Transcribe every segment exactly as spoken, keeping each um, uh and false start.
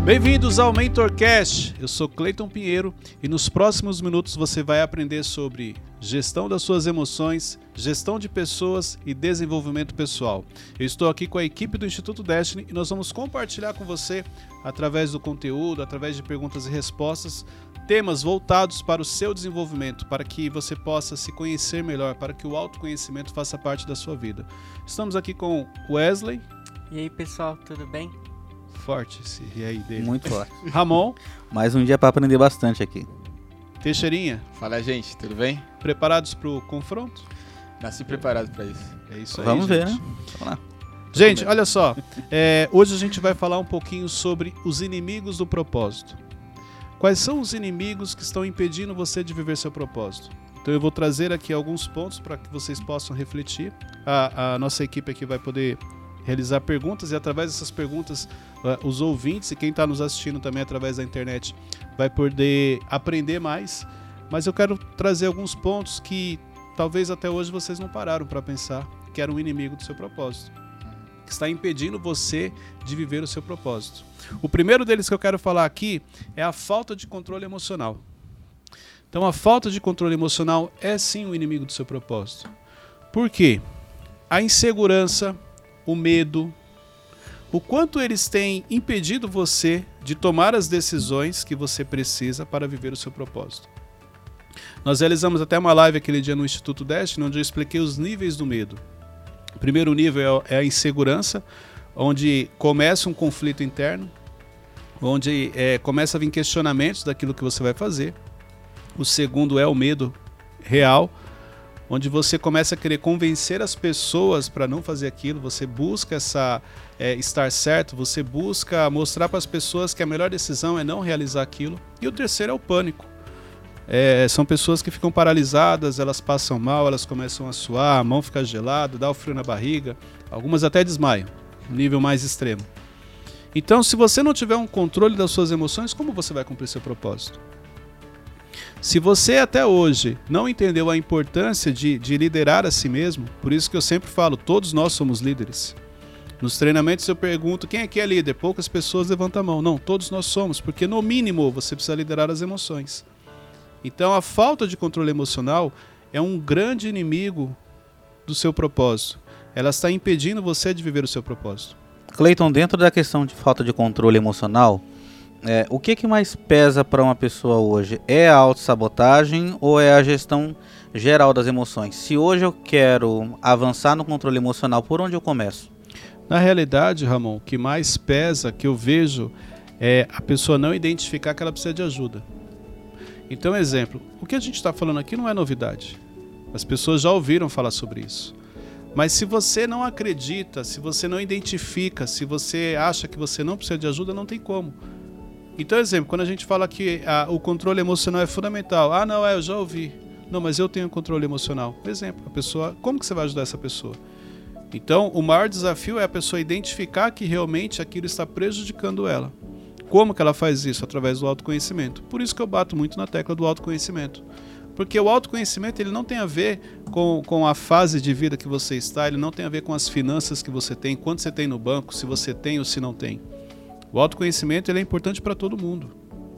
Bem-vindos ao MentorCast, eu sou Cleiton Pinheiro e nos próximos minutos você vai aprender sobre gestão das suas emoções, gestão de pessoas e desenvolvimento pessoal. Eu estou aqui com a equipe do Instituto Destiny e nós vamos compartilhar com você, através do conteúdo, através de perguntas e respostas, temas voltados para o seu desenvolvimento, para que você possa se conhecer melhor, para que o autoconhecimento faça parte da sua vida. Estamos aqui com Wesley. E aí, pessoal, tudo bem? Forte esse e aí dele. Muito forte. Ramon. Mais um dia para aprender bastante aqui. Teixeirinha. Fala, gente, tudo bem? Preparados para o confronto? Nasci preparado para isso. É isso aí, Vamos gente. ver, né? Vamos lá. Gente, olha só. É, hoje a gente vai falar um pouquinho sobre os inimigos do propósito. Quais são os inimigos que estão impedindo você de viver seu propósito? Então eu vou trazer aqui alguns pontos para que vocês possam refletir. A, a nossa equipe aqui vai poder realizar perguntas e através dessas perguntas uh, os ouvintes e quem está nos assistindo também através da internet vai poder aprender mais, mas eu quero trazer alguns pontos que talvez até hoje vocês não pararam para pensar que era um inimigo do seu propósito, que está impedindo você de viver o seu propósito. O primeiro deles que eu quero falar aqui é a falta de controle emocional. Então a falta de controle emocional é sim um inimigo do seu propósito. Por quê? A insegurança, o medo, o quanto eles têm impedido você de tomar as decisões que você precisa para viver o seu propósito. Nós realizamos até uma live aquele dia no Instituto Destiny, onde eu expliquei os níveis do medo. O primeiro nível é a insegurança, onde começa um conflito interno, onde é, começa a vir questionamentos daquilo que você vai fazer. O segundo é o medo real, onde você começa a querer convencer as pessoas para não fazer aquilo, você busca essa, é, estar certo, você busca mostrar para as pessoas que a melhor decisão é não realizar aquilo. E o terceiro é o pânico. É, são pessoas que ficam paralisadas, elas passam mal, elas começam a suar, a mão fica gelada, dá o frio na barriga, algumas até desmaiam, nível mais extremo. Então, se você não tiver um controle das suas emoções, como você vai cumprir seu propósito? Se você até hoje não entendeu a importância de, de liderar a si mesmo, por isso que eu sempre falo, todos nós somos líderes. Nos treinamentos eu pergunto, quem aqui é líder? Poucas pessoas levantam a mão. Não, todos nós somos, porque no mínimo você precisa liderar as emoções. Então a falta de controle emocional é um grande inimigo do seu propósito. Ela está impedindo você de viver o seu propósito. Cleiton, dentro da questão de falta de controle emocional, É, o que, que mais pesa para uma pessoa hoje? É a autossabotagem ou é a gestão geral das emoções? Se hoje eu quero avançar no controle emocional, por onde eu começo? Na realidade, Ramon, o que mais pesa, que eu vejo, é a pessoa não identificar que ela precisa de ajuda. Então, exemplo, o que a gente está falando aqui não é novidade. As pessoas já ouviram falar sobre isso. Mas se você não acredita, se você não identifica, se você acha que você não precisa de ajuda, não tem como. Então, exemplo, quando a gente fala que ah, o controle emocional é fundamental. Ah, não, é, eu já ouvi. Não, mas eu tenho controle emocional. Por exemplo, a pessoa, como que você vai ajudar essa pessoa? Então, o maior desafio é a pessoa identificar que realmente aquilo está prejudicando ela. Como que ela faz isso? Através do autoconhecimento. Por isso que eu bato muito na tecla do autoconhecimento. Porque o autoconhecimento ele não tem a ver com, com a fase de vida que você está, ele não tem a ver com as finanças que você tem, quanto você tem no banco, se você tem ou se não tem. O autoconhecimento ele é importante para todo mundo,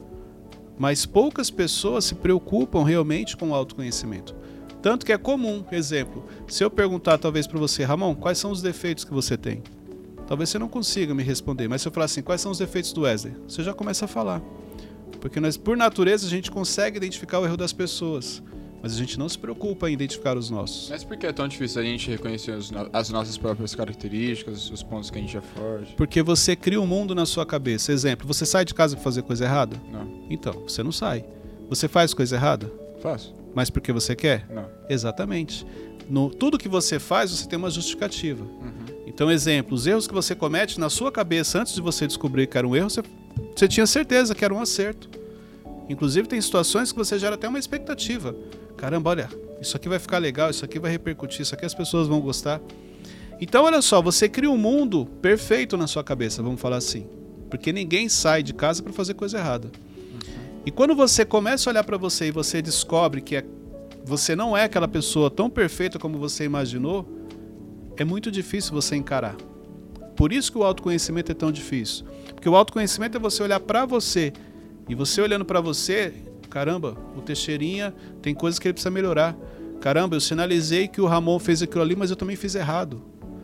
mas poucas pessoas se preocupam realmente com o autoconhecimento. Tanto que é comum, exemplo, se eu perguntar talvez para você, Ramon, quais são os defeitos que você tem? Talvez você não consiga me responder, mas se eu falar assim, quais são os defeitos do Wesley? Você já começa a falar. Porque nós, por natureza, a gente consegue identificar o erro das pessoas, mas a gente não se preocupa em identificar os nossos. Mas por que é tão difícil a gente reconhecer os no- as nossas próprias características, os pontos que a gente é forte? Porque você cria um mundo na sua cabeça. Exemplo, você sai de casa para fazer coisa errada? Não. Então, você não sai. Você faz coisa errada? Faço? Mas porque você quer? Não. Exatamente. No, tudo que você faz, você tem uma justificativa. Uhum. Então, exemplo, os erros que você comete na sua cabeça antes de você descobrir que era um erro, você, você tinha certeza que era um acerto. Inclusive, tem situações que você gera até uma expectativa. Caramba, olha, isso aqui vai ficar legal, isso aqui vai repercutir, isso aqui as pessoas vão gostar. Então, olha só, você cria um mundo perfeito na sua cabeça, vamos falar assim. Porque ninguém sai de casa para fazer coisa errada. Uhum. E quando você começa a olhar para você e você descobre que é, você não é aquela pessoa tão perfeita como você imaginou, é muito difícil você encarar. por isso que o autoconhecimento é tão difícil. Porque o autoconhecimento é você olhar para você. E você olhando para você, caramba, o Teixeirinha tem coisas que ele precisa melhorar. Caramba, eu sinalizei que o Ramon fez aquilo ali, mas eu também fiz errado.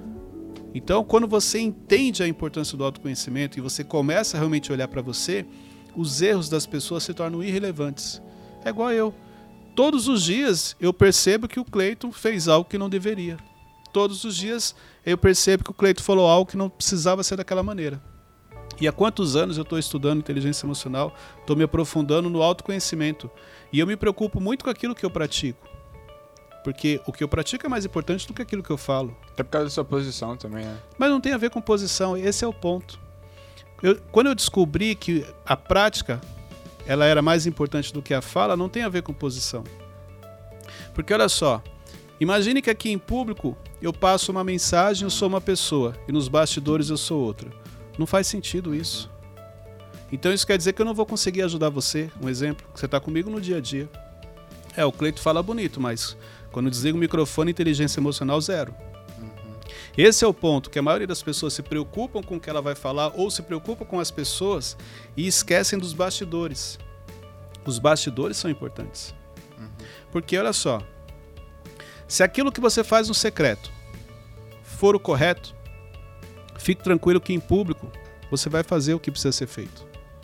Então, quando você entende a importância do autoconhecimento e você começa a realmente olhar para você, os erros das pessoas se tornam irrelevantes. É igual eu. Todos os dias eu percebo que o Cleiton fez algo que não deveria. Todos os dias eu percebo que o Cleiton falou algo que não precisava ser daquela maneira. E há quantos anos eu estou estudando inteligência emocional, estou me aprofundando no autoconhecimento. E eu me preocupo muito com aquilo que eu pratico. Porque o que eu pratico é mais importante do que aquilo que eu falo. Até por causa da sua posição também, né? Mas não tem a ver com posição, esse é o ponto. Eu, quando eu descobri que a prática ela era mais importante do que a fala, não tem a ver com posição. Porque olha só, imagine que aqui em público eu passo uma mensagem, eu sou uma pessoa, e nos bastidores eu sou outra. Não faz sentido isso. Então isso quer dizer que eu não vou conseguir ajudar você. Um exemplo, você está comigo no dia a dia. É, o Cleiton fala bonito, mas quando desliga o microfone, inteligência emocional zero. Uhum. Esse é o ponto, que a maioria das pessoas se preocupam com o que ela vai falar ou se preocupam com as pessoas e esquecem dos bastidores. Os bastidores são importantes. Uhum. Porque, olha só, se aquilo que você faz no secreto for o correto, fique tranquilo que em público você vai fazer o que precisa ser feito.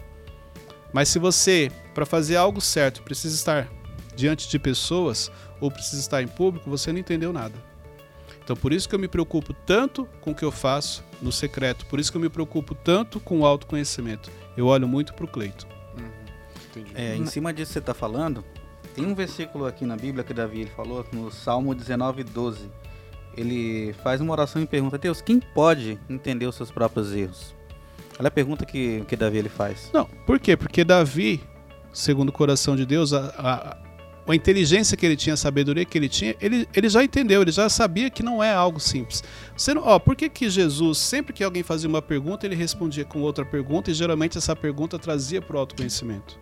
Mas se você, para fazer algo certo, precisa estar diante de pessoas ou precisa estar em público, você não entendeu nada. Então por isso que eu me preocupo tanto com o que eu faço no secreto, por isso que eu me preocupo tanto com o autoconhecimento. Eu olho muito para o Cleiton. Uhum. Entendi. É, em cima disso que você está falando, tem um versículo aqui na Bíblia que Davi ele falou, no Salmo dezenove, doze. Ele faz uma oração e pergunta: Deus, quem pode entender os seus próprios erros? Olha a pergunta que, que Davi ele faz. Não, por quê? Porque Davi, segundo o coração de Deus, a, a, a inteligência que ele tinha, a sabedoria que ele tinha, ele, ele já entendeu, ele já sabia que não é algo simples. Você não, ó, por que que Jesus, sempre que alguém fazia uma pergunta, ele respondia com outra pergunta e geralmente essa pergunta trazia para o autoconhecimento?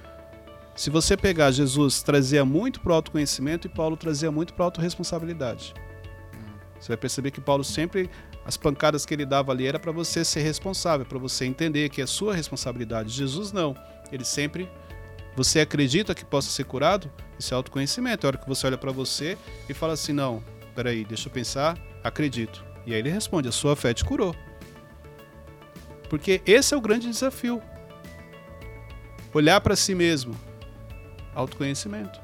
Se você pegar, Jesus trazia muito para o autoconhecimento e Paulo trazia muito para a autorresponsabilidade. Você vai perceber que Paulo sempre, as pancadas que ele dava ali era para você ser responsável, para você entender que é sua responsabilidade. Jesus não, ele sempre, você acredita que possa ser curado? Isso é autoconhecimento, é a hora que você olha para você e fala assim, não, peraí, deixa eu pensar, acredito. E aí ele responde, a sua fé te curou. Porque esse é o grande desafio. Olhar para si mesmo, autoconhecimento.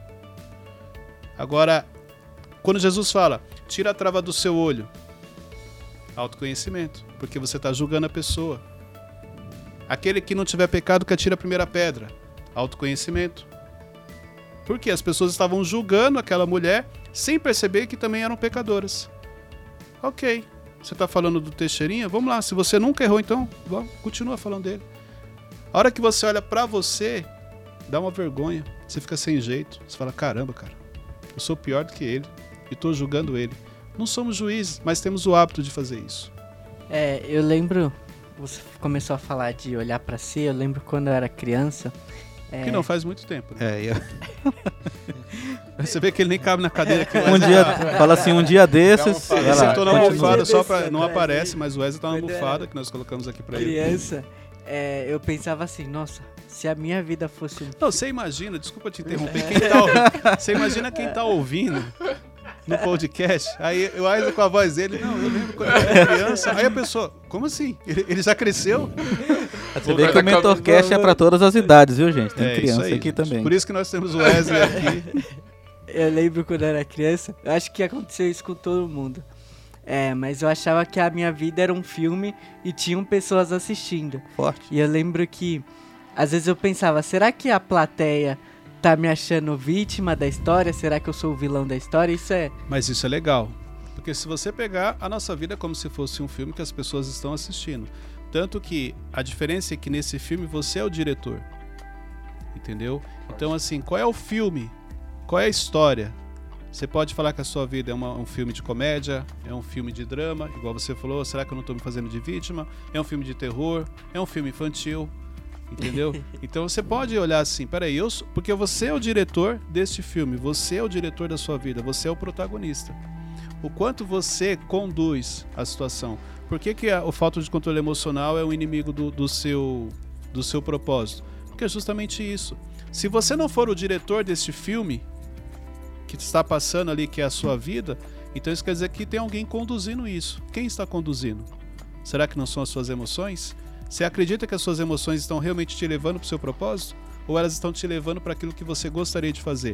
Agora, quando Jesus fala, tira a trava do seu olho, autoconhecimento, porque você está julgando a pessoa. Aquele que não tiver pecado que atira a primeira pedra, autoconhecimento. Porque as pessoas estavam julgando aquela mulher sem perceber que também eram pecadoras. Ok, você está falando do Teixeirinha? Vamos lá, se você nunca errou então, vamos, continua falando dele. A hora que você olha para você, dá uma vergonha, você fica sem jeito, você fala, caramba, cara, eu sou pior do que ele e estou julgando ele. Não somos juízes, mas temos o hábito de fazer isso. É, eu lembro, você começou a falar de olhar pra si, eu lembro quando eu era criança. É... Que não faz muito tempo, né? É, eu... Você vê que ele nem cabe na cadeira aqui. Um dia, fala assim, um dia desses... Ele vai lá, sentou na continua. almofada, só pra, Desses não atrás, aparece, mas o Wesley tá na Quando almofada era que nós colocamos aqui pra ele. criança, é, eu pensava assim, nossa, se a minha vida fosse um... Não, você imagina, desculpa te interromper, quem tá, ou- você imagina quem tá ouvindo no podcast, aí o Wesley com a voz dele, não, eu lembro quando eu era criança, aí a pessoa, como assim? Ele, ele já cresceu? Você vê que o MentorCast é pra todas as idades, viu, gente? Tem É, isso criança aí, aqui gente. também. Por isso que nós temos o Wesley aqui. Eu lembro quando eu era criança, eu acho que aconteceu isso com todo mundo. É, mas eu achava que a minha vida era um filme e tinham pessoas assistindo. Forte. E eu lembro que, às vezes eu pensava, será que a plateia tá me achando vítima da história? Será que eu sou o vilão da história? Isso é... Mas isso é legal, porque se você pegar, a nossa vida é como se fosse um filme que as pessoas estão assistindo. Tanto que a diferença é que nesse filme você é o diretor. Entendeu? Então assim, qual é o filme? Qual é a história? Você pode falar que a sua vida é uma, um filme de comédia, é um filme de drama, igual você falou, será que eu não estou me fazendo de vítima? É um filme de terror, é um filme infantil, entendeu? Então você pode olhar assim, peraí, eu sou, porque você é o diretor deste filme, você é o diretor da sua vida, você é o protagonista. O quanto você conduz a situação. por que, que a, o falta de controle emocional é um inimigo do, do, seu, do seu propósito? Porque é justamente isso. Se você não for o diretor deste filme que está passando ali, que é a sua vida, então isso quer dizer que tem alguém conduzindo isso. Quem está conduzindo? Será que não são as suas emoções? Você acredita que as suas emoções estão realmente te levando para o seu propósito? Ou elas estão te levando para aquilo que você gostaria de fazer?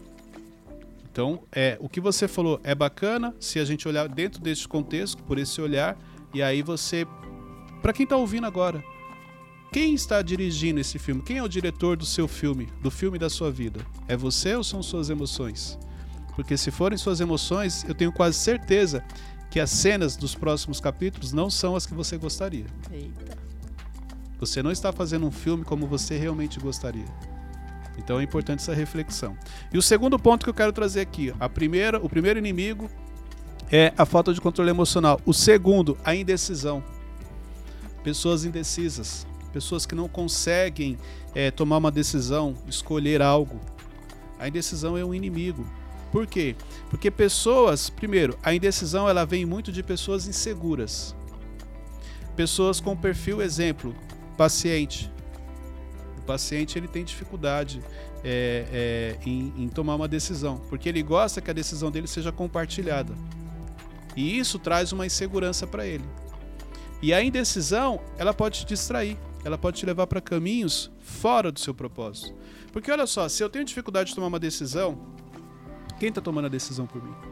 Então, é, o que você falou é bacana se a gente olhar dentro deste contexto, por esse olhar, e aí você... Para quem está ouvindo agora, quem está dirigindo esse filme? Quem é o diretor do seu filme, do filme da sua vida? É você ou são suas emoções? Porque se forem suas emoções, eu tenho quase certeza que as cenas dos próximos capítulos não são as que você gostaria. Eita. Você não está fazendo um filme como você realmente gostaria. Então é importante essa reflexão. E o segundo ponto que eu quero trazer aqui, a primeira, o primeiro inimigo é a falta de controle emocional. O segundo, a indecisão. Pessoas indecisas, pessoas que não conseguem é, tomar uma decisão, escolher algo. A indecisão é um inimigo. Por quê? Porque pessoas, primeiro, a indecisão ela vem muito de pessoas inseguras. Pessoas com perfil, exemplo, paciente. O paciente ele tem dificuldade é, é, em, em tomar uma decisão, porque ele gosta que a decisão dele seja compartilhada. E isso traz uma insegurança para ele. E a indecisão, ela pode te distrair, ela pode te levar para caminhos fora do seu propósito. Porque olha só, se eu tenho dificuldade de tomar uma decisão, quem está tomando a decisão por mim?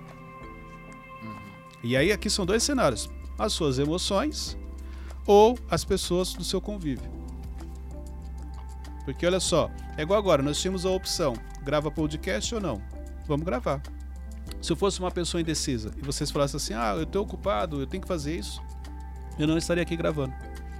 Uhum. E aí aqui são dois cenários, as suas emoções ou as pessoas do seu convívio. Porque olha só, é igual agora, nós tínhamos a opção, grava podcast ou não? Vamos gravar. Se eu fosse uma pessoa indecisa e vocês falassem assim, ah, eu estou ocupado, eu tenho que fazer isso, eu não estaria aqui gravando.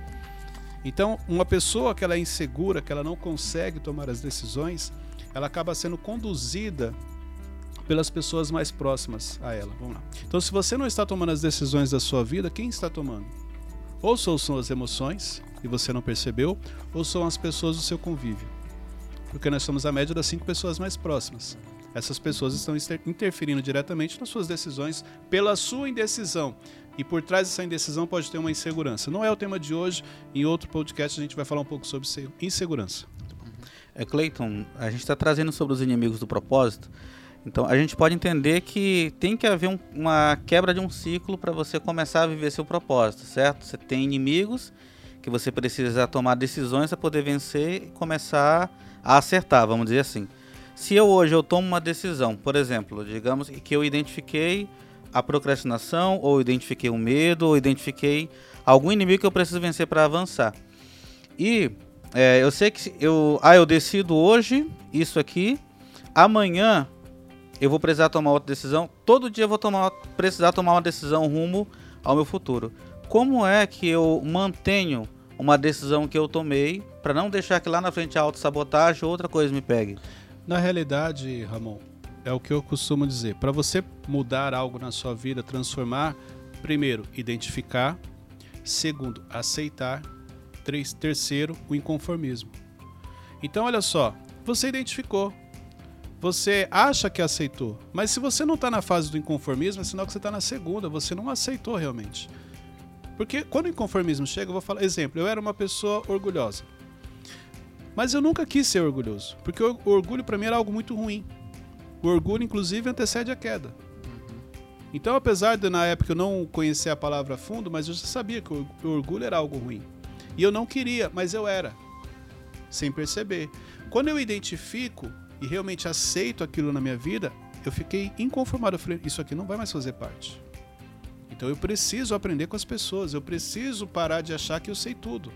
Então, uma pessoa que ela é insegura, que ela não consegue tomar as decisões, ela acaba sendo conduzida pelas pessoas mais próximas a ela. Vamos lá. Então, se você não está tomando as decisões da sua vida, quem está tomando? Ou são as emoções, e você não percebeu, ou são as pessoas do seu convívio. Porque nós somos a média das cinco pessoas mais próximas. Essas pessoas estão interferindo diretamente nas suas decisões pela sua indecisão. E por trás dessa indecisão pode ter uma insegurança. Não é o tema de hoje, em outro podcast a gente vai falar um pouco sobre insegurança. É, Cleiton, a gente está trazendo sobre os inimigos do propósito. Então a gente pode entender que tem que haver um, uma quebra de um ciclo para você começar a viver seu propósito, certo? Você tem inimigos que você precisa tomar decisões para poder vencer e começar a acertar, vamos dizer assim. Se eu hoje eu tomo uma decisão, por exemplo, digamos que eu identifiquei a procrastinação, ou identifiquei o medo, ou identifiquei algum inimigo que eu preciso vencer para avançar. E é, eu sei que eu, ah, eu decido hoje isso aqui, amanhã eu vou precisar tomar outra decisão, todo dia eu vou tomar, precisar tomar uma decisão rumo ao meu futuro. Como é que eu mantenho uma decisão que eu tomei para não deixar que lá na frente a autossabotagem ou outra coisa me pegue? Na realidade, Ramon, é o que eu costumo dizer. Para você mudar algo na sua vida, transformar, primeiro, identificar. Segundo, aceitar. Três, terceiro, o inconformismo. Então, olha só, você identificou. Você acha que aceitou. Mas se você não está na fase do inconformismo, é sinal que você está na segunda. Você não aceitou realmente. Porque quando o inconformismo chega, eu vou falar, exemplo, eu era uma pessoa orgulhosa. Mas eu nunca quis ser orgulhoso, porque o orgulho para mim era algo muito ruim. O orgulho, inclusive, antecede a queda. Então, apesar de na época eu não conhecer a palavra a fundo, mas eu já sabia que o orgulho era algo ruim. E eu não queria, mas eu era, sem perceber. Quando eu identifico e realmente aceito aquilo na minha vida, eu fiquei inconformado. Eu falei, isso aqui não vai mais fazer parte. Então eu preciso aprender com as pessoas, eu preciso parar de achar que eu sei tudo.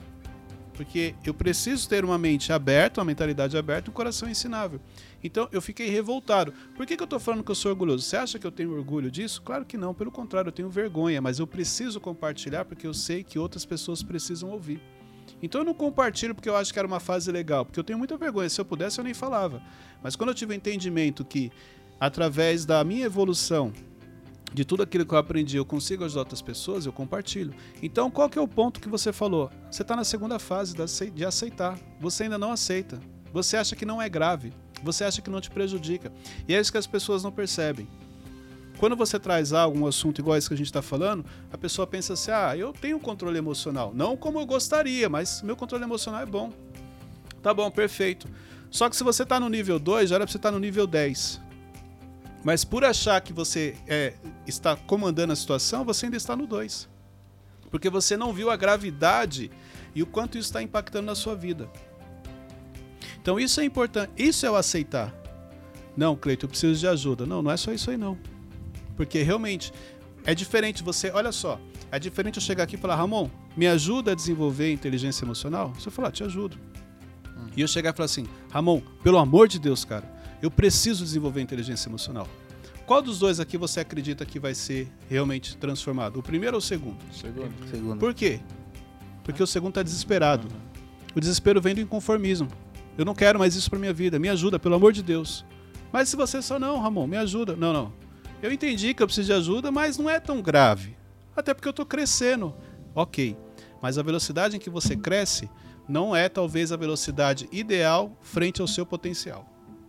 Porque eu preciso ter uma mente aberta, uma mentalidade aberta e um coração ensinável. Então eu fiquei revoltado. Por que que eu estou falando que eu sou orgulhoso? Você acha que eu tenho orgulho disso? Claro que não, pelo contrário, eu tenho vergonha, mas eu preciso compartilhar porque eu sei que outras pessoas precisam ouvir. Então eu não compartilho porque eu acho que era uma fase legal, porque eu tenho muita vergonha. Se eu pudesse eu nem falava. Mas quando eu tive o entendimento que através da minha evolução, de tudo aquilo que eu aprendi, eu consigo ajudar outras pessoas, eu compartilho. Então, qual que é o ponto que você falou? Você está na segunda fase de aceitar. Você ainda não aceita. Você acha que não é grave. Você acha que não te prejudica. E é isso que as pessoas não percebem. Quando você traz algo, um assunto igual esse que a gente está falando, a pessoa pensa assim, ah, eu tenho controle emocional. Não como eu gostaria, mas meu controle emocional é bom. Tá bom, perfeito. Só que se você está no nível dois, já era para você estar no nível dez. Mas por achar que você é, está comandando a situação, você ainda está no dois. Porque você não viu a gravidade e o quanto isso está impactando na sua vida. Então isso é importante, isso é o aceitar. Não, Cleiton, eu preciso de ajuda. Não, não é só isso aí não. Porque realmente é diferente você, olha só, é diferente eu chegar aqui e falar, Ramon, me ajuda a desenvolver inteligência emocional? Você falar, te ajudo. Hum. E eu chegar e falar assim, Ramon, pelo amor de Deus, cara, eu preciso desenvolver inteligência emocional. Qual dos dois aqui você acredita que vai ser realmente transformado? O primeiro ou o segundo? Segundo. Segundo. Por quê? Porque o segundo está desesperado. O desespero vem do inconformismo. Eu não quero mais isso para minha vida. Me ajuda, pelo amor de Deus. Mas se você só, não, Ramon, me ajuda. Não, não. Eu entendi que eu preciso de ajuda, mas não é tão grave. Até porque eu estou crescendo. Ok. Mas a velocidade em que você cresce não é talvez a velocidade ideal frente ao seu potencial.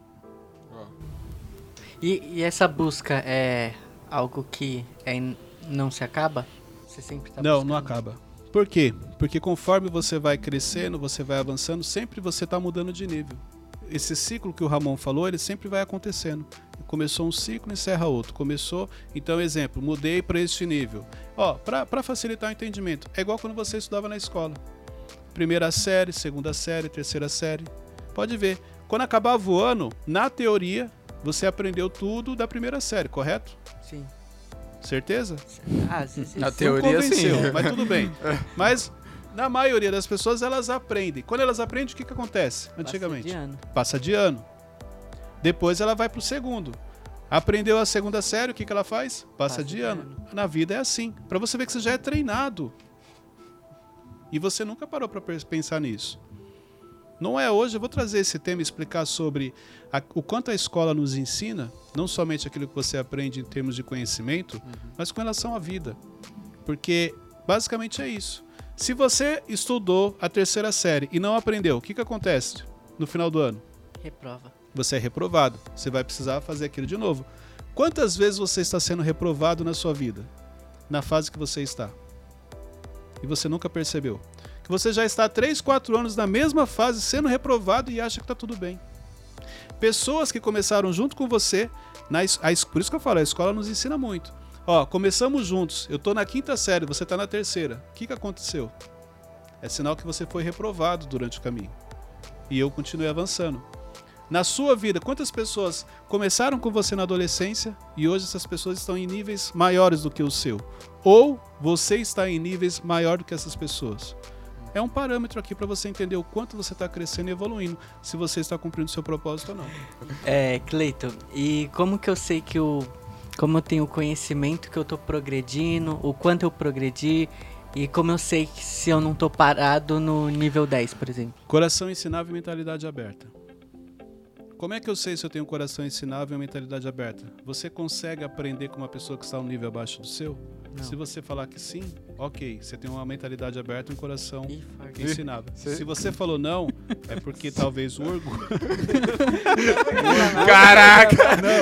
E, e essa busca é algo que é, não se acaba? Você sempre tá Não, buscando? não acaba. Por quê? Porque conforme você vai crescendo, você vai avançando, sempre você está mudando de nível. Esse ciclo que o Ramon falou, ele sempre vai acontecendo. Começou um ciclo, encerra outro. Começou, então, exemplo, mudei para este nível. Ó, para facilitar o entendimento, é igual quando você estudava na escola. Primeira série, segunda série, terceira série. Pode ver, quando acabava o ano, na teoria, você aprendeu tudo da primeira série, correto? Sim. Certeza? Ah, sim, sim. Na sim. teoria, Não convenceu, sim. mas tudo bem. Mas, na maioria das pessoas, elas aprendem. Quando elas aprendem, o que, que acontece antigamente? Passa de ano. Passa de ano. Depois ela vai pro segundo. Aprendeu a segunda série, o que, que ela faz? Passa, Passa de, de ano. ano. Na vida é assim. Pra você ver que você já é treinado. E você nunca parou pra pensar nisso. Não é hoje, eu vou trazer esse tema e explicar sobre a, o quanto a escola nos ensina, não somente aquilo que você aprende em termos de conhecimento, uhum. mas com relação à vida. Porque basicamente é isso. Se você estudou a terceira série e não aprendeu, o que, que acontece no final do ano? Reprova. Você é reprovado. Você vai precisar fazer aquilo de novo. Quantas vezes você está sendo reprovado na sua vida? Na fase que você está. E você nunca percebeu. Que você já está há três, quatro anos na mesma fase sendo reprovado e acha que está tudo bem. Pessoas que começaram junto com você, na, a, por isso que eu falo, a escola nos ensina muito. Ó, começamos juntos, eu estou na quinta série, você está na terceira. O que, que aconteceu? É sinal que você foi reprovado durante o caminho. E eu continuei avançando. Na sua vida, quantas pessoas começaram com você na adolescência e hoje essas pessoas estão em níveis maiores do que o seu? Ou você está em níveis maiores do que essas pessoas? É um parâmetro aqui para você entender o quanto você está crescendo e evoluindo, se você está cumprindo seu propósito ou não. É, Cleiton, e como que eu sei que eu, como eu tenho conhecimento que eu tô progredindo, o quanto eu progredi, e como eu sei que se eu não tô parado no nível dez, por exemplo? Coração ensinável e mentalidade aberta. Como é que eu sei se eu tenho um coração ensinável e uma mentalidade aberta? Você consegue aprender com uma pessoa que está um nível abaixo do seu? Não. Se você falar que sim, ok, você tem uma mentalidade aberta e um coração Ih, farto. ensinável. Sim. Se você falou não, é porque talvez o orgulho... Caraca!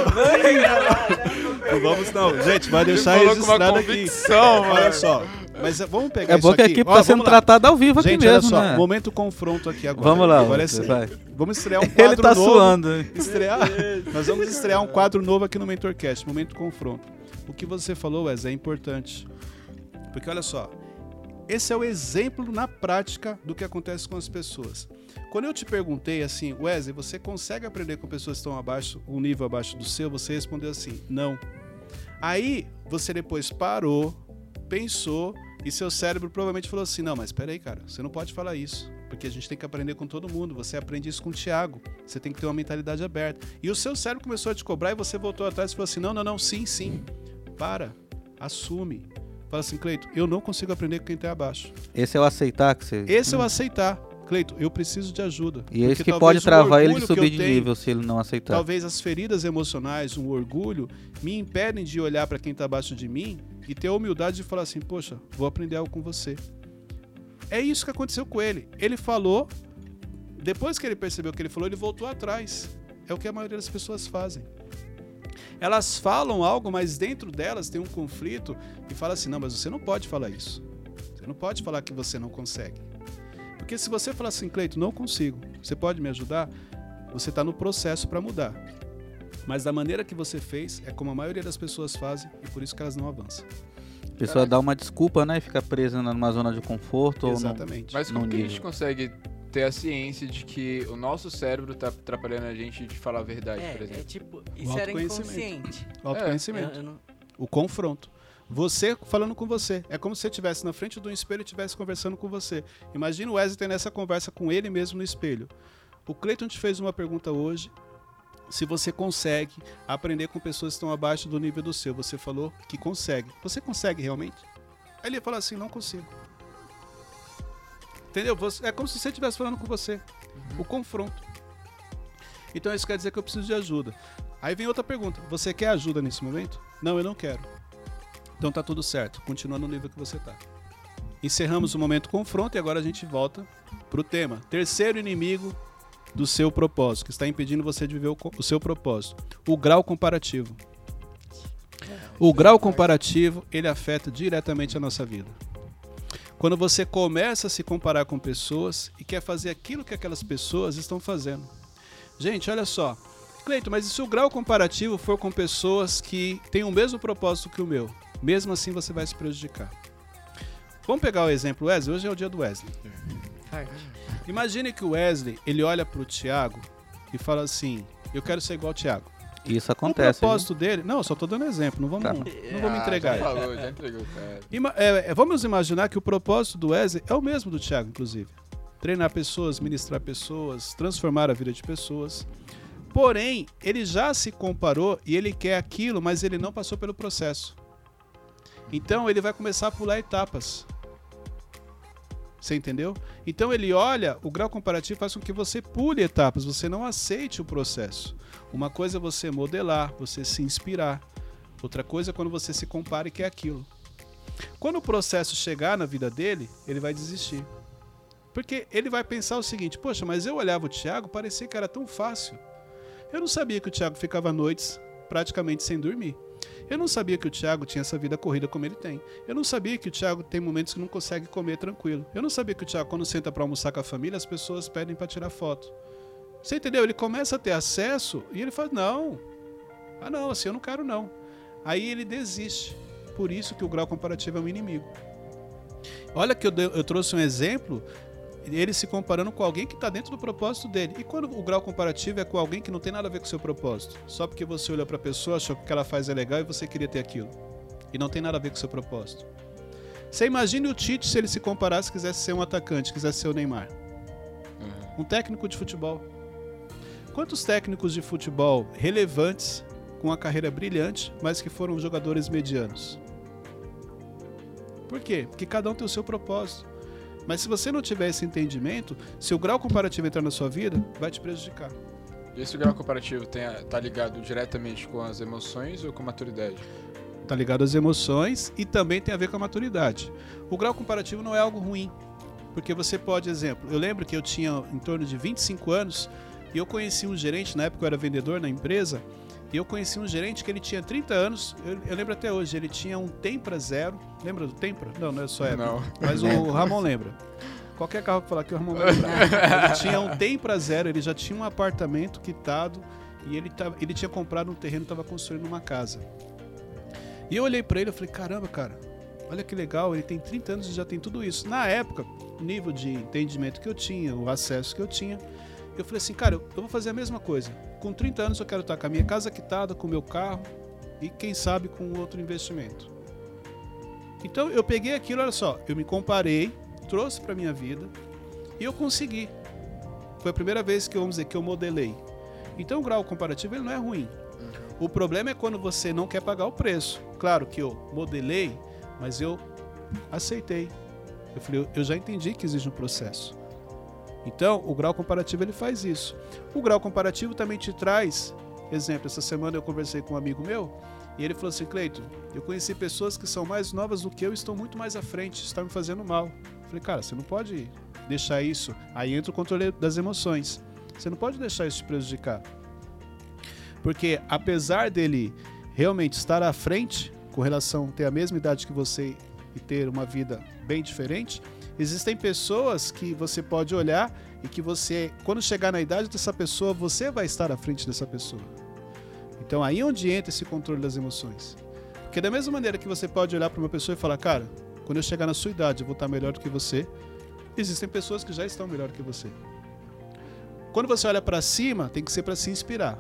Não vamos não, gente, vai deixar Ele falou com uma registrado aqui. convicção, mano. Olha só, mas vamos pegar É isso bom que a aqui. equipe Ó, está sendo vamos lá. tratada ao vivo aqui Gente, mesmo, olha só, né? momento confronto aqui agora. Vamos lá, agora é você sério. vai. Vamos estrear um quadro Ele tá novo. suando. Estrear, nós vamos estrear um quadro novo aqui no MentorCast, momento confronto. O que você falou, Wes, é importante. Porque olha só, esse é o exemplo na prática do que acontece com as pessoas. Quando eu te perguntei assim, Wesley, você consegue aprender com pessoas que estão abaixo, um nível abaixo do seu? Você respondeu assim, não. Aí você depois parou, pensou e seu cérebro provavelmente falou assim, não, mas espera aí, cara, você não pode falar isso, porque a gente tem que aprender com todo mundo, você aprende isso com o Thiago, você tem que ter uma mentalidade aberta. E o seu cérebro começou a te cobrar e você voltou atrás e falou assim, não, não, não, sim, sim, para, assume. Fala assim, Cleiton, eu não consigo aprender com quem está abaixo. Esse é o aceitar que você... Esse é o aceitar. Cleiton, eu preciso de ajuda. E é isso que talvez pode o travar ele orgulho de que subir eu de tenho, nível se ele não aceitar. Talvez as feridas emocionais, um orgulho, me impedem de olhar para quem está abaixo de mim e ter a humildade de falar assim, poxa, vou aprender algo com você. É isso que aconteceu com ele. Ele falou, depois que ele percebeu o que ele falou, ele voltou atrás. É o que a maioria das pessoas fazem. Elas falam algo, mas dentro delas tem um conflito e fala assim, não, mas você não pode falar isso. Você não pode falar que você não consegue. Porque se você falar assim, Cleito, não consigo, você pode me ajudar? Você está no processo para mudar. Mas da maneira que você fez, é como a maioria das pessoas fazem e por isso que elas não avançam. A pessoa dá uma desculpa, né? E fica presa numa zona de conforto. Exatamente. Mas como num que a gente nível. consegue ter a ciência de que o nosso cérebro tá atrapalhando a gente de falar a verdade, por É, exemplo? é tipo, isso era inconsciente. O autoconhecimento. Eu- eu não- O confronto. Você falando com você. É como se você estivesse na frente do espelho e estivesse conversando com você. Imagina o Wesley tendo essa conversa com ele mesmo no espelho. O Cleiton te fez uma pergunta hoje. Se você consegue aprender com pessoas que estão abaixo do nível do seu. Você falou que consegue. Você consegue realmente? Aí ele fala assim, não consigo. Entendeu? Você- é como se você estivesse falando com você. O confronto. Então isso quer dizer que eu preciso de ajuda. Aí vem outra pergunta. Você quer ajuda nesse momento? Não, eu não quero. Então tá tudo certo. Continua no nível que você tá. Encerramos o momento confronto e agora a gente volta pro tema. Terceiro inimigo do seu propósito, que está impedindo você de viver o, co- o seu propósito. O grau comparativo. O grau comparativo, ele afeta diretamente a nossa vida. Quando você começa a se comparar com pessoas e quer fazer aquilo que aquelas pessoas estão fazendo. Gente, olha só. Cleiton, mas e se o grau comparativo for com pessoas que têm o mesmo propósito que o meu? Mesmo assim você vai se prejudicar. Vamos pegar o exemplo Wesley? Hoje é o dia do Wesley. Imagine que o Wesley, ele olha pro Thiago e fala assim, eu quero ser igual ao Thiago. Isso O acontece. propósito dele... Não, eu só tô dando exemplo, não vamos, Tá. não vamos Ah, entregar. Já falou, já entregou, cara. Ima- é, é, vamos imaginar que o propósito do Wesley é o mesmo do Thiago, inclusive. Treinar pessoas, ministrar pessoas, transformar a vida de pessoas. Porém, ele já se comparou e ele quer aquilo, mas ele não passou pelo processo. Então, ele vai começar a pular etapas. Você entendeu? Então, ele olha, o grau comparativo faz com que você pule etapas, você não aceite o processo. Uma coisa é você modelar, você se inspirar. Outra coisa é quando você se compara e quer aquilo. Quando o processo chegar na vida dele, ele vai desistir. Porque ele vai pensar o seguinte, poxa, mas eu olhava o Thiago, parecia que era tão fácil. Eu não sabia que o Thiago ficava noites praticamente sem dormir. Eu não sabia que o Thiago tinha essa vida corrida como ele tem. Eu não sabia que o Thiago tem momentos que não consegue comer tranquilo. Eu não sabia que o Thiago, quando senta para almoçar com a família, as pessoas pedem para tirar foto. Você entendeu? Ele começa a ter acesso e ele fala, não. Ah não, assim eu não quero não. Aí ele desiste. Por isso que o grau comparativo é um inimigo. Olha que eu, dei- eu trouxe um exemplo, ele se comparando com alguém que está dentro do propósito dele. E quando o grau comparativo é com alguém que não tem nada a ver com o seu propósito? Só porque você olhou para a pessoa, achou que o que ela faz é legal e você queria ter aquilo. E não tem nada a ver com o seu propósito. Você imagine o Tite se ele se comparasse, quisesse ser um atacante, quisesse ser o Neymar. Um técnico de futebol. Quantos técnicos de futebol relevantes, com uma carreira brilhante, mas que foram jogadores medianos? Por quê? Porque cada um tem o seu propósito. Mas se você não tiver esse entendimento, se o grau comparativo entrar na sua vida, vai te prejudicar. E esse grau comparativo tem, a- tá ligado diretamente com as emoções ou com a maturidade? Tá ligado às emoções e também tem a ver com a maturidade. O grau comparativo não é algo ruim, porque você pode, exemplo, eu lembro que eu tinha em torno de vinte e cinco anos e eu conheci um gerente, na época eu era vendedor na empresa, e eu conheci um gerente que ele tinha trinta anos, eu, eu lembro até hoje, ele tinha um Tempra zero, lembra do Tempra? Não, não é só época, Não. mas o Ramon lembra. Qualquer carro que falar aqui o Ramon vai lembrar. Ele tinha um Tempra zero, ele já tinha um apartamento quitado e ele, tava, ele tinha comprado um terreno e estava construindo uma casa. E eu olhei pra ele e falei, caramba, cara, olha que legal, ele tem trinta anos e já tem tudo isso. Na época, o nível de entendimento que eu tinha, o acesso que eu tinha, eu falei assim, cara, eu vou fazer a mesma coisa. Com trinta anos eu quero estar com a minha casa quitada, com o meu carro e quem sabe com outro investimento. Então eu peguei aquilo, olha só, eu me comparei, trouxe pra minha vida e eu consegui. Foi a primeira vez que, vamos dizer, que eu modelei. Então o grau comparativo ele não é ruim. O problema é quando você não quer pagar o preço. Claro que eu modelei, mas eu aceitei. Eu falei, eu já entendi que existe um processo. Então, o grau comparativo ele faz isso. O grau comparativo também te traz, exemplo, essa semana eu conversei com um amigo meu e ele falou assim, Cleiton, eu conheci pessoas que são mais novas do que eu e estão muito mais à frente, isso está me fazendo mal. Eu falei, cara, você não pode deixar isso. Aí entra o controle das emoções. Você não pode deixar isso te prejudicar. Porque apesar dele realmente estar à frente, com relação a ter a mesma idade que você e ter uma vida bem diferente, existem pessoas que você pode olhar e que você, quando chegar na idade dessa pessoa, você vai estar à frente dessa pessoa. Então aí é onde entra esse controle das emoções. Porque da mesma maneira que você pode olhar para uma pessoa e falar, cara, quando eu chegar na sua idade eu vou estar melhor do que você, existem pessoas que já estão melhor do que você. Quando você olha para cima, tem que ser para se inspirar.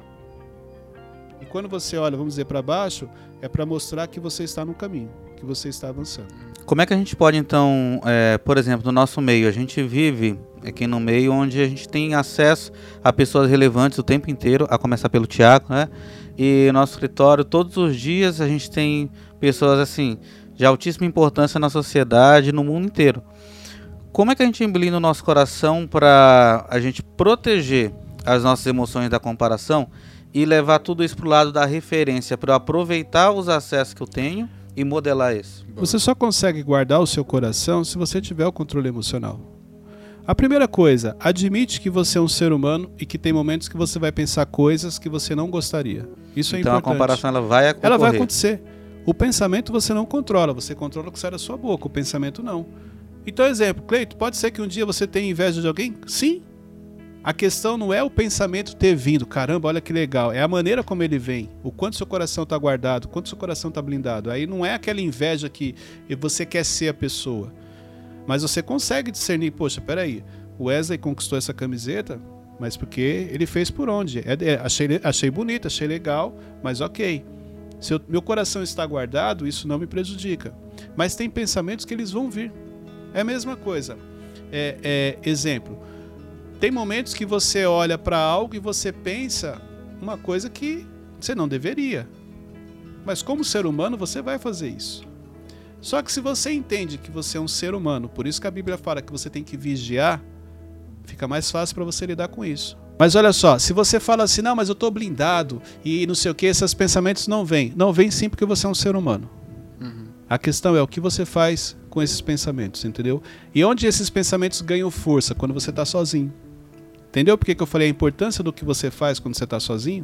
E quando você olha, vamos dizer, para baixo, é para mostrar que você está no caminho, que você está avançando. Como é que a gente pode, então, é, por exemplo, no nosso meio, a gente vive aqui no meio onde a gente tem acesso a pessoas relevantes o tempo inteiro, a começar pelo Tiago, né? E nosso escritório, todos os dias, a gente tem pessoas, assim, de altíssima importância na sociedade, no mundo inteiro. Como é que a gente embelina o nosso coração para a gente proteger as nossas emoções da comparação e levar tudo isso para o lado da referência, para eu aproveitar os acessos que eu tenho e modelar isso? Você só consegue guardar o seu coração se você tiver o controle emocional. A primeira coisa, admite que você é um ser humano e que tem momentos que você vai pensar coisas que você não gostaria. Isso é então, importante. Então a comparação ela vai ocorrer. Ela vai acontecer. O pensamento você não controla, você controla o que sai da sua boca, o pensamento não. Então, exemplo, Cleito, pode ser que um dia você tenha inveja de alguém? Sim. A questão não é o pensamento ter vindo, caramba, olha que legal, é a maneira como ele vem, o quanto seu coração está guardado, o quanto seu coração está blindado. Aí não é aquela inveja que você quer ser a pessoa, mas você consegue discernir, poxa, peraí, o Wesley conquistou essa camiseta, mas porque ele fez por onde? É, é, achei, achei bonito, achei legal, mas ok. Se eu, meu coração está guardado, isso não me prejudica. Mas tem pensamentos que eles vão vir. É a mesma coisa. É, é, exemplo. Tem momentos que você olha para algo e você pensa uma coisa que você não deveria. Mas como ser humano você vai fazer isso. Só que se você entende que você é um ser humano, por isso que a Bíblia fala que você tem que vigiar, fica mais fácil para você lidar com isso. Mas olha só, se você fala assim, não, mas eu estou blindado e não sei o que, esses pensamentos não vêm. Não vêm sim porque você é um ser humano. Uhum. A questão é o que você faz com esses pensamentos, entendeu? E onde esses pensamentos ganham força? Quando você está sozinho. Entendeu por que que eu falei a importância do que você faz quando você está sozinho?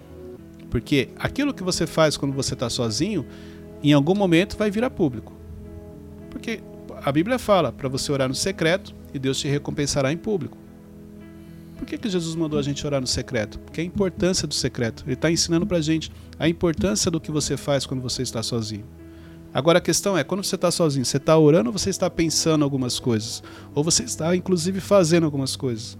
Porque aquilo que você faz quando você está sozinho, em algum momento vai vir a público. Porque a Bíblia fala para você orar no secreto e Deus te recompensará em público. Por que que Jesus mandou a gente orar no secreto? Porque a importância do secreto. Ele está ensinando para a gente a importância do que você faz quando você está sozinho. Agora a questão é, quando você está sozinho, você está orando ou você está pensando algumas coisas? Ou você está, inclusive, fazendo algumas coisas?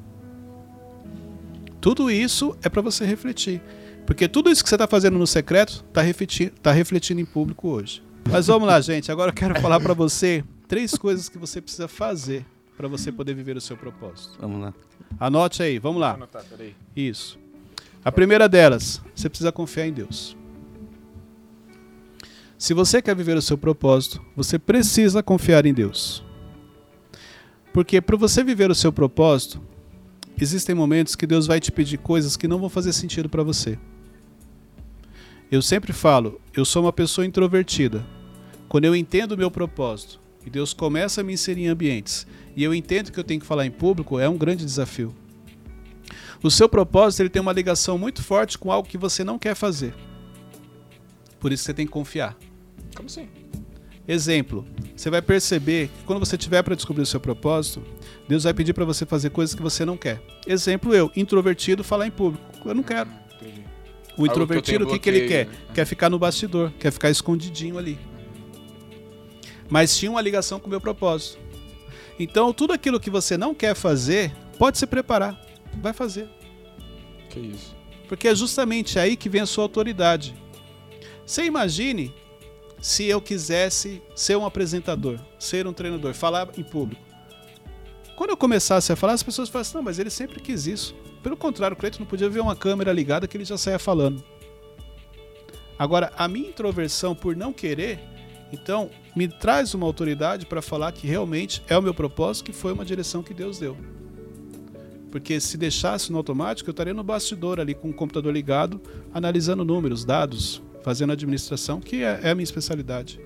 Tudo isso é para você refletir. Porque tudo isso que você está fazendo no secreto está refletindo, tá refletindo em público hoje. Mas vamos lá, gente. Agora eu quero falar para você três coisas que você precisa fazer para você poder viver o seu propósito. Vamos lá. Anote aí, vamos lá. Vou anotar, peraí. Isso. A primeira delas, você precisa confiar em Deus. Se você quer viver o seu propósito, você precisa confiar em Deus. Porque para você viver o seu propósito, existem momentos que Deus vai te pedir coisas que não vão fazer sentido para você. Eu sempre falo, eu sou uma pessoa introvertida. Quando eu entendo o meu propósito e Deus começa a me inserir em ambientes e eu entendo que eu tenho que falar em público, é um grande desafio. O seu propósito ele tem uma ligação muito forte com algo que você não quer fazer. Por isso você tem que confiar. Como assim? Exemplo, você vai perceber que quando você tiver para descobrir o seu propósito, Deus vai pedir para você fazer coisas que você não quer. Exemplo eu, introvertido, falar em público. Eu não quero. Entendi. O introvertido, o que, que ele bloqueio, quer? né? Quer ficar no bastidor, quer ficar escondidinho ali. Mas tinha uma ligação com o meu propósito. Então, tudo aquilo que você não quer fazer, pode se preparar. Vai fazer. Que isso? Porque é justamente aí que vem a sua autoridade. Você imagine se eu quisesse ser um apresentador, ser um treinador, falar em público. Quando eu começasse a falar, as pessoas falavam assim, não, mas ele sempre quis isso. Pelo contrário, o Cleiton não podia ver uma câmera ligada que ele já saia falando. Agora, a minha introversão por não querer, então, me traz uma autoridade para falar que realmente é o meu propósito, que foi uma direção que Deus deu. Porque se deixasse no automático, eu estaria no bastidor ali com o computador ligado, analisando números, dados, fazendo administração, que é, é a minha especialidade.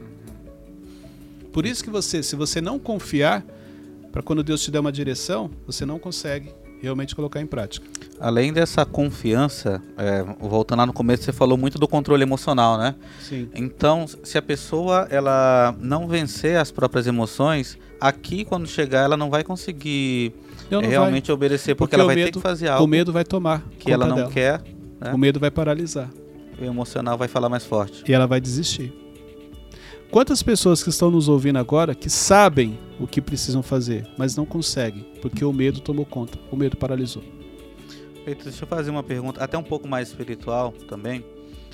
Por isso que você, se você não confiar, para quando Deus te der uma direção, você não consegue realmente colocar em prática. Além dessa confiança, é, voltando lá no começo, você falou muito do controle emocional, né? Sim. Então, se a pessoa ela não vencer as próprias emoções, aqui quando chegar ela não vai conseguir Não, não realmente vai. obedecer, porque, Porque ela o vai ter medo- que fazer algo O medo vai tomar que ela conta não dela. quer, né? O medo vai paralisar. O emocional vai falar mais forte. E ela vai desistir. Quantas pessoas que estão nos ouvindo agora que sabem o que precisam fazer, mas não conseguem, porque o medo tomou conta, o medo paralisou. Feito, deixa eu fazer uma pergunta, até um pouco mais espiritual também.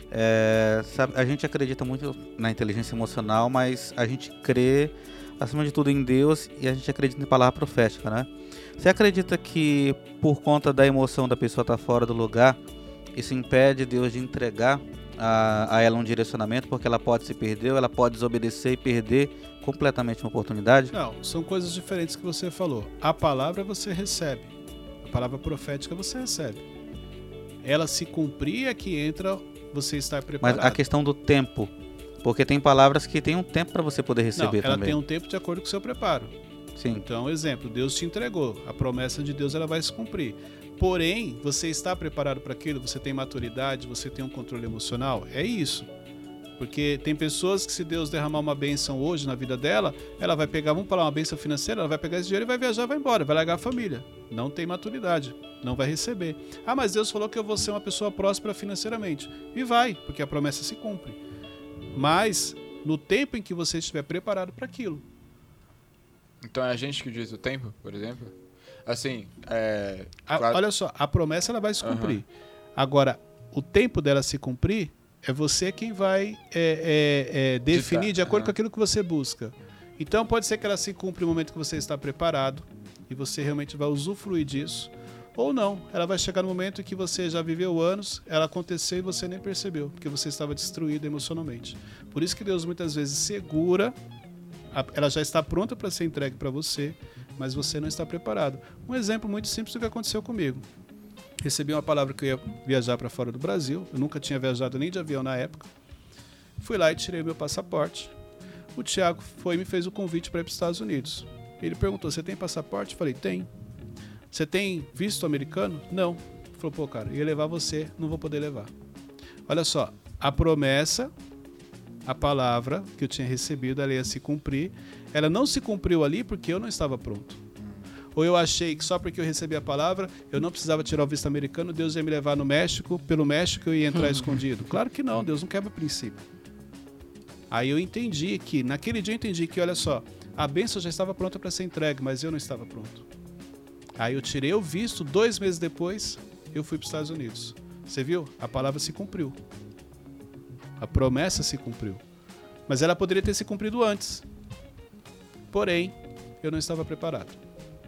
É, sabe, a gente acredita muito na inteligência emocional, mas a gente crê, acima de tudo, em Deus e a gente acredita em palavra profética, né? Você acredita que por conta da emoção da pessoa estar fora do lugar, isso impede Deus de entregar a, a ela um direcionamento, porque ela pode se perder, ela pode desobedecer e perder completamente uma oportunidade? Não, são coisas diferentes que você falou. A palavra você recebe, a palavra profética você recebe. Ela se cumprir é que entra você estar preparado. Mas a questão do tempo, porque tem palavras que tem um tempo para você poder receber Não, ela também. tem um tempo de acordo com o seu preparo. Sim. Então, exemplo, Deus te entregou, a promessa de Deus ela vai se cumprir. Porém, você está preparado para aquilo? Você tem maturidade? Você tem um controle emocional? É isso. Porque tem pessoas que se Deus derramar uma bênção hoje na vida dela, ela vai pegar, vamos falar, uma bênção financeira, ela vai pegar esse dinheiro e vai viajar, vai embora, vai largar a família. Não tem maturidade, não vai receber. Ah, mas Deus falou que eu vou ser uma pessoa próspera financeiramente. E vai, porque a promessa se cumpre. Mas, no tempo em que você estiver preparado para aquilo. Então é a gente que diz o tempo, por exemplo? Assim, é... A, claro- Olha só, a promessa ela vai se cumprir. Aham. Agora, o tempo dela se cumprir, é você quem vai é, é, é, definir Ditar, de acordo aham. com aquilo que você busca. Então pode ser que ela se cumpra no momento que você está preparado e você realmente vai usufruir disso. Ou não, ela vai chegar no momento em que você já viveu anos, ela aconteceu e você nem percebeu, porque você estava destruído emocionalmente. Por isso que Deus muitas vezes segura, a- ela já está pronta para ser entregue para você, mas você não está preparado. Um exemplo muito simples do que aconteceu comigo. Recebi uma palavra que eu ia viajar para fora do Brasil. Eu nunca tinha viajado nem de avião na época. Fui lá e tirei meu passaporte. O Thiago foi e me fez o convite para ir para os Estados Unidos. Ele perguntou, você tem passaporte? Eu falei, tem. Você tem visto americano? Não. Ele falou, pô, cara, ia levar você, não vou poder levar. Olha só, a promessa, a palavra que eu tinha recebido, ela ia se cumprir. Ela não se cumpriu ali porque eu não estava pronto. Ou eu achei que só porque eu recebi a palavra, eu não precisava tirar o visto americano, Deus ia me levar no México, pelo México eu ia entrar escondido. Claro que não, Deus não quebra princípio. Aí eu entendi que, naquele dia eu entendi que, olha só, a bênção já estava pronta para ser entregue, mas eu não estava pronto. Aí eu tirei o visto, dois meses depois, eu fui para os Estados Unidos. Você viu? A palavra se cumpriu. A promessa se cumpriu. Mas ela poderia ter se cumprido antes. Porém, eu não estava preparado.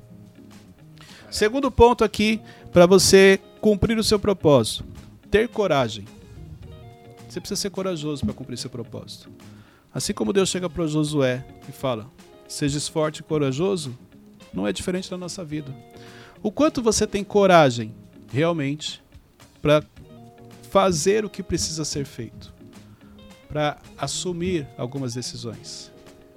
Segundo ponto aqui, para você cumprir o seu propósito. Ter coragem. Você precisa ser corajoso para cumprir seu propósito. Assim como Deus chega para Josué e fala, seja forte e corajoso, não é diferente da nossa vida. O quanto você tem coragem, realmente, para fazer o que precisa ser feito. Para assumir algumas decisões.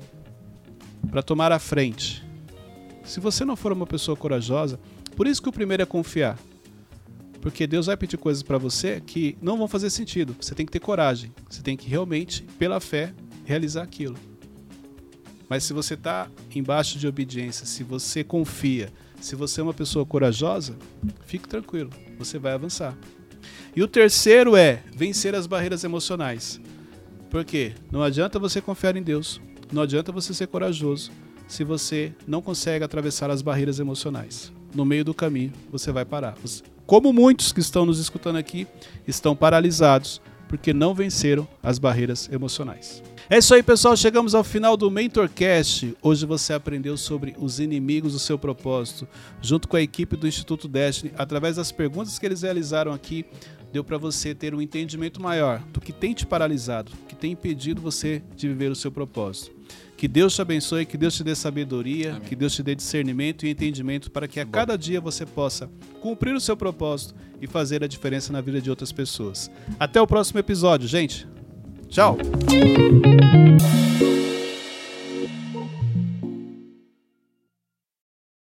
Para tomar a frente. Se você não for uma pessoa corajosa, por isso que o primeiro é confiar. Porque Deus vai pedir coisas para você que não vão fazer sentido. Você tem que ter coragem. Você tem que realmente, pela fé, realizar aquilo. Mas se você está embaixo de obediência, se você confia, se você é uma pessoa corajosa, fique tranquilo, você vai avançar. E o terceiro é vencer as barreiras emocionais. Por quê? Não adianta você confiar em Deus, não adianta você ser corajoso, se você não consegue atravessar as barreiras emocionais. No meio do caminho, você vai parar. Como muitos que estão nos escutando aqui, estão paralisados porque não venceram as barreiras emocionais. É isso aí, pessoal. Chegamos ao final do MentorCast. Hoje você aprendeu sobre os inimigos do seu propósito, junto com a equipe do Instituto Destiny. Através das perguntas que eles realizaram aqui, deu para você ter um entendimento maior do que tem te paralisado, que tem impedido você de viver o seu propósito. Que Deus te abençoe, que Deus te dê sabedoria, Amém. Que Deus te dê discernimento e entendimento para que a cada dia você possa cumprir o seu propósito e fazer a diferença na vida de outras pessoas. Até o próximo episódio, gente. Tchau!